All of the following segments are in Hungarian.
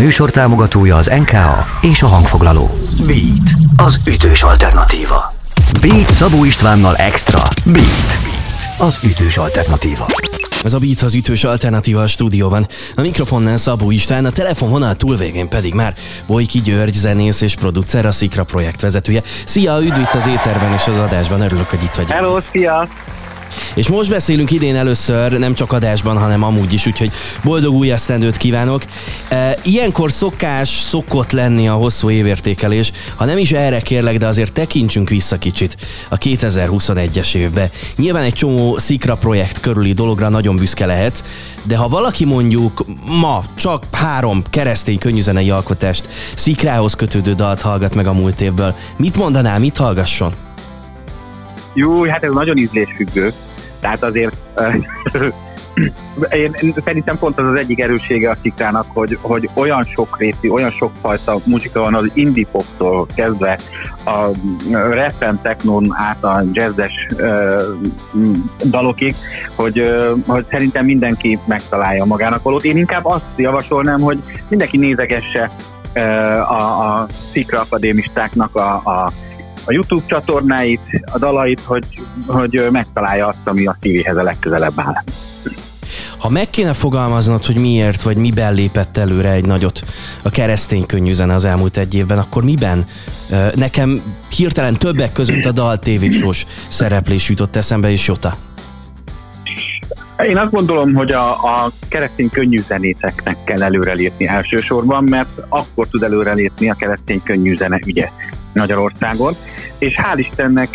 műsor támogatója az NKA és a hangfoglaló. Beat, az ütős alternatíva. Beat Szabó Istvánnal extra. Beat, az ütős alternatíva. Ez a Beat, az ütős alternatíva a stúdióban. A mikrofonnál Szabó István, a telefonvonal túlvégén pedig már Bojki György, zenész és producer, a Szikra projekt vezetője. Szia, üdv itt az éterben és az adásban, örülök, hogy itt vagy. Hello, szia! És most beszélünk idén először, nem csak adásban, hanem amúgy is, úgyhogy boldog új esztendőt kívánok. Ilyenkor szokott lenni a hosszú évértékelés, ha nem is erre kérlek, de azért tekintsünk vissza kicsit a 2021-es évbe. Nyilván egy csomó Szikra projekt körüli dologra nagyon büszke lehetsz, de ha valaki mondjuk ma csak 3 keresztény könnyűzenei alkotást, Szikrához kötődő dalt hallgat meg a múlt évből, mit mondanál, mit hallgasson? Jó, hát ez nagyon ízlésfüggő. Tehát azért én szerintem pont az egyik erőssége a Szikrának, hogy olyan sok rétű, olyan sokfajta muzsika van, az indie poptól kezdve a rappen, technón át a jazzes dalokig, hogy szerintem mindenki megtalálja magának valót. Én inkább azt javasolnám, hogy mindenki nézegesse a Szikra akadémistáknak a YouTube csatornáit, a dalait, hogy megtalálja azt, ami a szívéhez a legközelebb áll. Ha meg kéne fogalmaznod, hogy miért vagy miben lépett előre egy nagyot a keresztény könnyűzene az elmúlt egy évben, akkor miben? Nekem hirtelen többek között a Dal TV-sós szereplés jutott eszembe, és Jota. Én azt gondolom, hogy a keresztény könnyűzenészeknek kell előrelépni elsősorban, mert akkor tud előrelépni a keresztény könnyűzene ügye Magyarországon, és hál' Istennek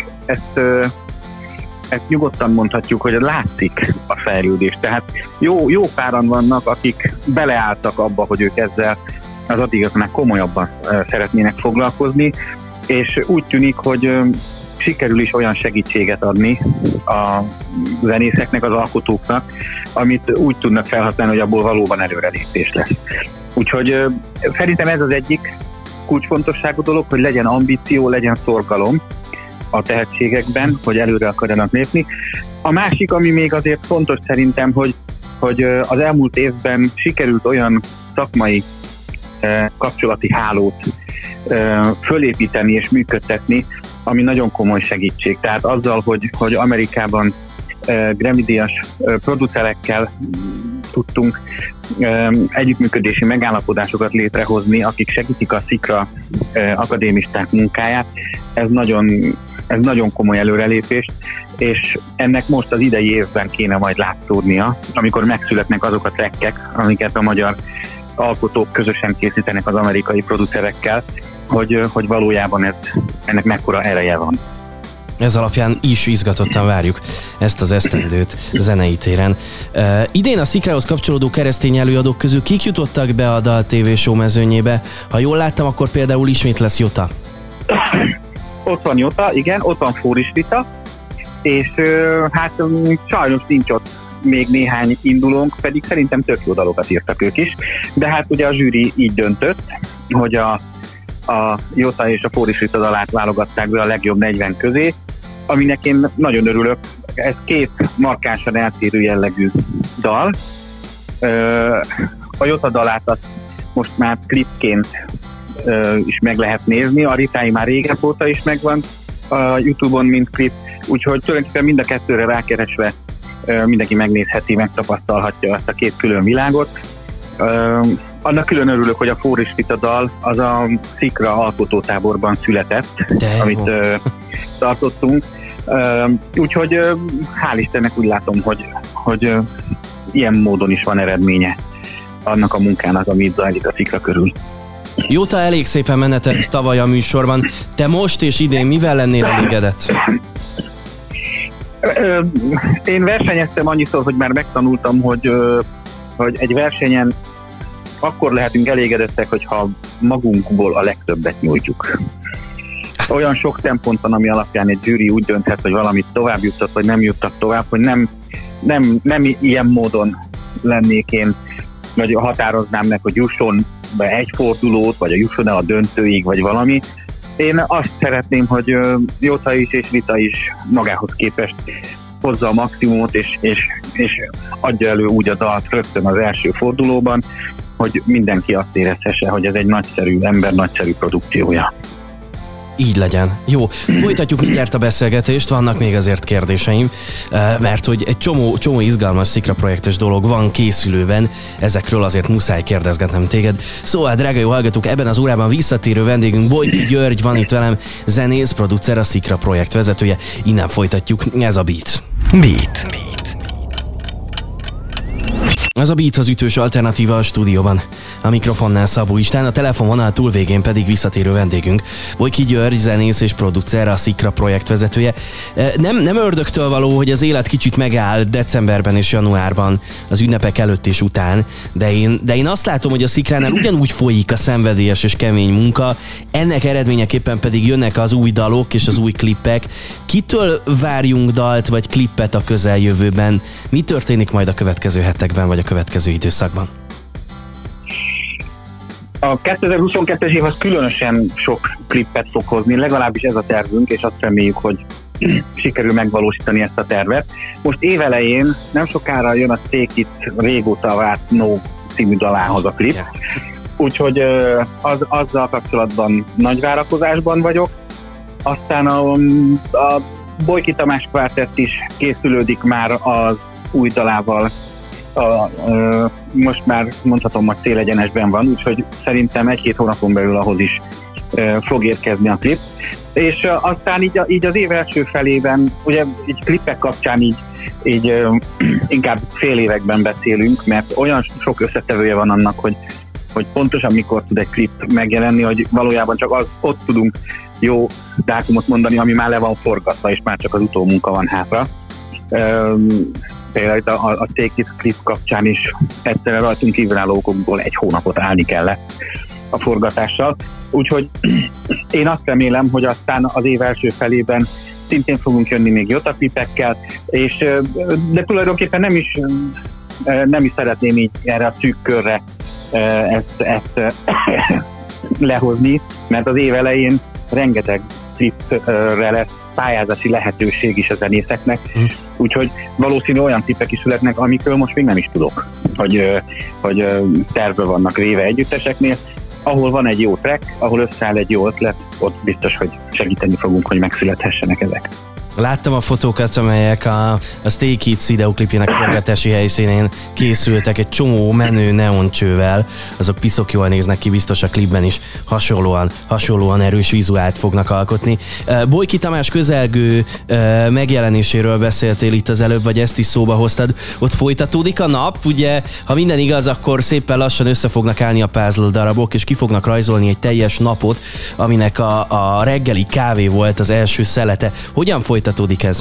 ezt nyugodtan mondhatjuk, hogy látszik a fejlődés. Tehát jó páran vannak, akik beleálltak abba, hogy ők ezzel az addigiaknál komolyabban szeretnének foglalkozni, és úgy tűnik, hogy sikerül is olyan segítséget adni a zenészeknek, az alkotóknak, amit úgy tudnak felhasználni, hogy abból valóban előrelépés lesz. Úgyhogy szerintem ez az egyik kulcsfontosságú dolog, hogy legyen ambíció, legyen szorgalom a tehetségekben, hogy előre akarjanak lépni. A másik, ami még azért fontos szerintem, hogy az elmúlt évben sikerült olyan szakmai kapcsolati hálót fölépíteni és működtetni, ami nagyon komoly segítség. Tehát azzal, hogy Amerikában Grammy-díjas producerekkel tudtunk együttműködési megállapodásokat létrehozni, akik segítik a Szikra akadémisták munkáját. Ez nagyon komoly előrelépés, és ennek most az idei évben kéne majd látszódnia, amikor megszületnek azok a trackek, amiket a magyar alkotók közösen készítenek az amerikai producerekkel, hogy valójában ennek mekkora ereje van. Ez alapján is izgatottan várjuk ezt az esztendőt zenei téren. Idén a Szikrához kapcsolódó keresztény előadók közül kik jutottak be a Dal TV show mezőnyébe? Ha jól láttam, akkor például ismét lesz Jota. Ott van Jota, igen, ott van Fóris Rita, és hát sajnos nincs ott még néhány indulónk, pedig szerintem tök jó dalokat írtak ők is, de hát ugye a zsűri így döntött, hogy a Jota és a Fóris Rita dalát válogatták be a legjobb 40 közé, aminek én nagyon örülök. Ez 2 markánsan eltérő jellegű dal. A Jota dalát azt most már klipként is meg lehet nézni, a Ritái már régebb óta is megvan a YouTube-on, mint klip, úgyhogy tulajdonképpen mind a kettőre rákeresve mindenki megnézheti, megtapasztalhatja ezt a 2 külön világot. Annak külön örülök, hogy a Fóris Rita dal az a Szikra alkotótáborban született, amit tartottunk. Úgyhogy hál' Istennek úgy látom, hogy ilyen módon is van eredménye annak a munkának, ami itt zajlik a Szikra körül. Jota elég szépen menetett tavaly a műsorban. Te most és idén mivel lennél elégedett? Én versenyeztem annyiszor, hogy már megtanultam, hogy egy versenyen akkor lehetünk elégedettek, hogyha magunkból a legtöbbet nyújtjuk. Olyan sok szempont van, ami alapján egy zsűri úgy dönthet, hogy valamit tovább juttat, vagy nem juttat tovább, hogy nem ilyen módon lennék én, vagy határoznám meg, hogy jusson be egy fordulót, vagy jusson el a döntőig, vagy valami. Én azt szeretném, hogy Jota is és Rita is magához képest hozza a maximumot, és adja elő úgy a dalt rögtön az első fordulóban, hogy mindenki azt érezhesse, hogy ez egy nagyszerű ember, nagyszerű produkciója. Így legyen. Jó, folytatjuk mindjárt a beszélgetést, vannak még azért kérdéseim, mert hogy egy csomó izgalmas szikraprojektes dolog van készülőben, ezekről azért muszáj kérdezgetnem téged. Szóval, drága jó hallgatók, ebben az órában visszatérő vendégünk Bolyky György van itt velem, zenész, producer, a Szikra projekt vezetője. Innen folytatjuk, ez a Beat. Beat. Ez a Beat az ütős alternatíva a stúdióban. A mikrofonnál Szabó István, a telefonvonal túlvégén pedig visszatérő vendégünk, Bolyky György, zenész és producer, a Szikra projekt vezetője. Nem ördögtől való, hogy az élet kicsit megáll decemberben és januárban, az ünnepek előtt és után, de én azt látom, hogy a Szikránál ugyanúgy folyik a szenvedélyes és kemény munka, ennek eredményeképpen pedig jönnek az új dalok és az új klippek. Kitől várjunk dalt vagy klippet a közeljövőben? Mi történik majd a következő hetekben vagy a következő időszakban? A 2022-es év az különösen sok klippet fog hozni, legalábbis ez a tervünk, és azt reméljük, hogy sikerül megvalósítani ezt a tervet. Most évelején nem sokára jön a Take It régóta várt No című dalához a klip, úgyhogy azzal kapcsolatban nagy várakozásban vagyok. Aztán a Bolyky Tamás Quartett is készülődik már az új dalával, most már mondhatom, hogy célegyenesben van, úgyhogy szerintem 1-2 hónapon belül ahhoz is fog érkezni a klip. És aztán így az év első felében, ugye így klippek kapcsán így inkább fél években beszélünk, mert olyan sok összetevője van annak, hogy pontosan mikor tud egy klip megjelenni, hogy valójában csak ott tudunk jó dátumot mondani, ami már le van forgatva, és már csak az utómunka van hátra. Például a Take It klip kapcsán is egyszerűen rajtunk kívülálló okokból 1 hónapot állni kellett a forgatással. Úgyhogy én azt remélem, hogy aztán az év első felében szintén fogunk jönni még Jota klipekkel, de tulajdonképpen nem is szeretném így erre a szűk körre ezt lehozni, mert az év elején rengeteg klipre lesz pályázási lehetőség is a zenészeknek, úgyhogy valószínű olyan tippek is születnek, amikről most még nem is tudok, hogy tervbe vannak véve együtteseknél. Ahol van egy jó track, ahol összeáll egy jó ötlet, ott biztos, hogy segíteni fogunk, hogy megszülethessenek ezek. Láttam a fotókat, amelyek a Stay Kids videoklipjének forgatási helyszínén készültek egy csomó menő neoncsővel. Azok piszok jól néznek ki, biztos a klipben is hasonlóan erős vizuált fognak alkotni. Bolyky Tamás közelgő megjelenéséről beszéltél itt az előbb, vagy ezt is szóba hoztad. Ott folytatódik a nap, ugye, ha minden igaz, akkor szépen lassan össze fognak állni a puzzle darabok, és ki fognak rajzolni egy teljes napot, aminek a reggeli kávé volt az első szelete. Hogyan folytatódik ez?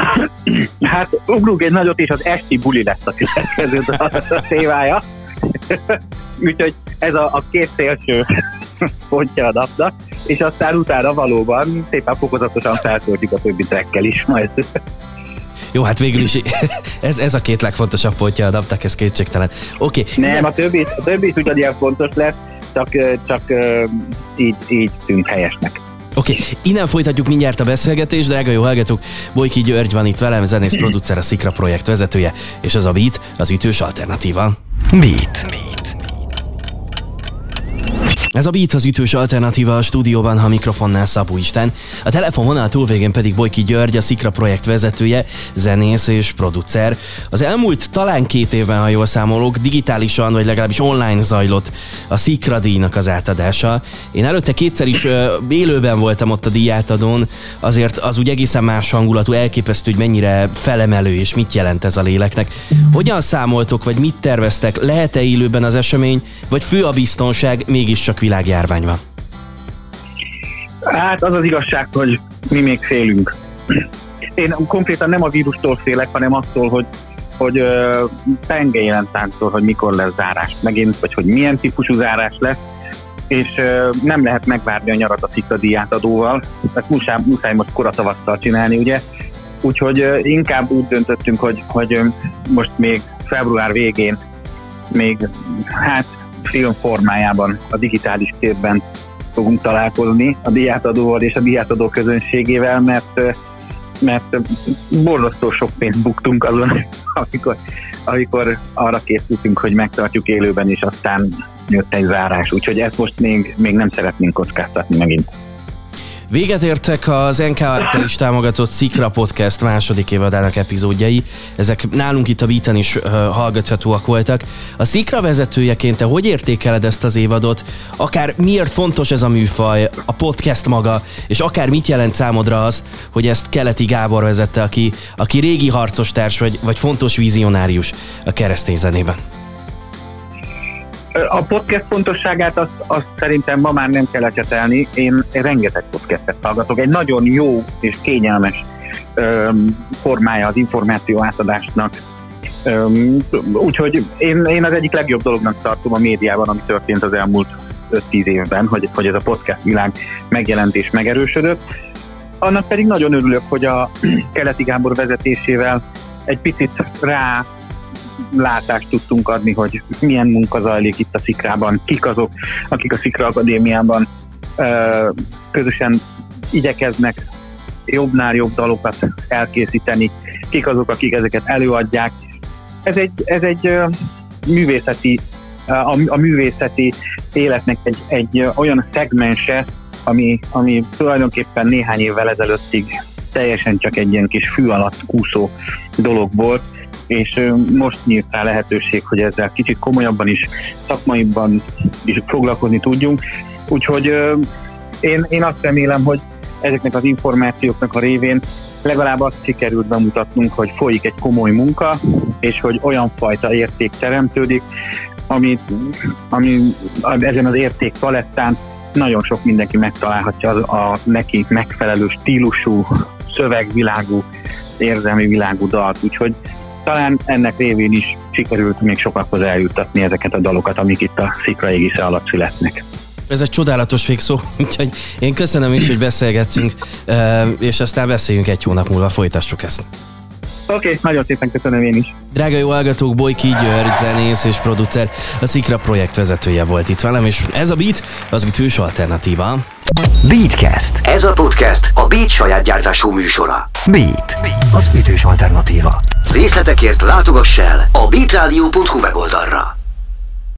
Hát ugrunk egy nagyot, és az esti buli lesz a következő témája. Úgyhogy ez a 2 szélső pontja a napnak, és aztán utána valóban szépen fokozatosan feltöltjük a többi trackkel is majd. Jó, hát végül is ez a 2 legfontosabb pontja a napnak, ez kétségtelen. Oké. Nem, a többi is ugyanilyen fontos lesz, csak így tűnt helyesnek. Oké, innen folytatjuk mindjárt a beszélgetést, drága jó hallgatók. Bolyky György van itt velem, zenész, producer, a Szikra projekt vezetője, és ez a Beat, az ütős alternatíva. Beat. Ez a Beat az ütős alternatíva a stúdióban, a mikrofonnál Szabó István. A telefonvonal túlvégén pedig Bolyky György, a Szikra projekt vezetője, zenész és producer. Az elmúlt talán 2 évben, ha jól számolok, digitálisan vagy legalábbis online zajlott a Szikra díjnak az átadása. Én előtte 2-szer is élőben voltam ott a díjátadón, azért az úgy egészen más hangulatú, elképesztő, hogy mennyire felemelő és mit jelent ez a léleknek. Hogyan számoltok, vagy mit terveztek? Lehet-e élőben az esemény, vagy fő a biztonság, mégis csak világjárvány van? Hát az igazság, hogy mi még félünk. Én konkrétan nem a vírustól félek, hanem attól, hogy penge jelentánctól, hogy mikor lesz zárás megint, vagy hogy milyen típusú zárás lesz, és nem lehet megvárni a nyarat a Szikra díjátadóval. Ezt muszáj most koratavasszal csinálni, ugye? Úgyhogy inkább úgy döntöttünk, hogy most még február végén még film formájában a digitális térben fogunk találkozni a díjátadóval és a díjátadó közönségével, mert borzasztó sok pénzt buktunk azon, amikor arra készültünk, hogy megtartjuk élőben, és aztán jött egy zárás, úgyhogy ezt most még nem szeretnénk kockáztatni megint. Véget értek az NK által is támogatott Szikra Podcast második évadának epizódjai. Ezek nálunk itt a Beaten is hallgathatóak voltak. A Szikra vezetőjeként te hogy értékeled ezt az évadot? Akár miért fontos ez a műfaj, a podcast maga, és akár mit jelent számodra az, hogy ezt Keleti Gábor vezette, aki régi harcostárs vagy fontos vizionárius a keresztény zenében? A podcast fontosságát azt szerintem ma már nem kell ecsetelni. Én rengeteg podcastet hallgatok. Egy nagyon jó és kényelmes formája az információ átadásnak. Úgyhogy én az egyik legjobb dolognak tartom a médiában, ami történt az elmúlt 5-10 évben, hogy ez a podcast világ megjelent és megerősödött. Annak pedig nagyon örülök, hogy a Keleti Gábor vezetésével egy picit látást tudtunk adni, hogy milyen munka zajlik itt a Szikrában, kik azok, akik a Szikra Akadémiában közösen igyekeznek jobbnál jobb dalokat elkészíteni, kik azok, akik ezeket előadják. Ez egy művészeti, a művészeti életnek egy olyan szegmense, ami tulajdonképpen néhány évvel ezelőttig teljesen csak egy ilyen kis fű alatt kúszó dolog volt, és most nyílt rá lehetőség, hogy ezzel kicsit komolyabban is, szakmaiban is foglalkozni tudjunk. Úgyhogy én azt remélem, hogy ezeknek az információknak a révén legalább azt sikerült bemutatnunk, hogy folyik egy komoly munka, és hogy olyan fajta érték teremtődik, ami ezen az érték palettán nagyon sok mindenki megtalálhatja a neki megfelelő stílusú, szövegvilágú, érzelmi világú dalt. Úgyhogy talán ennek révén is sikerült még sokakhoz eljuttatni ezeket a dalokat, amik itt a Szikra égisze alatt születnek. Ez egy csodálatos végszó, úgyhogy én köszönöm is, hogy beszélgetszünk, és aztán beszéljünk egy hónap múlva, folytassuk ezt. Oké, nagyon szépen köszönöm én is. Drága jó hallgatók, Bojki György, zenész és producer, a Szikra projekt vezetője volt itt velem, és ez a Beat az ütős alternatíva. Beatcast. Ez a podcast a Beat saját gyártású műsora. Beat, az ütős alternatíva. Részletekért látogass el a beatradio.hu weboldalra.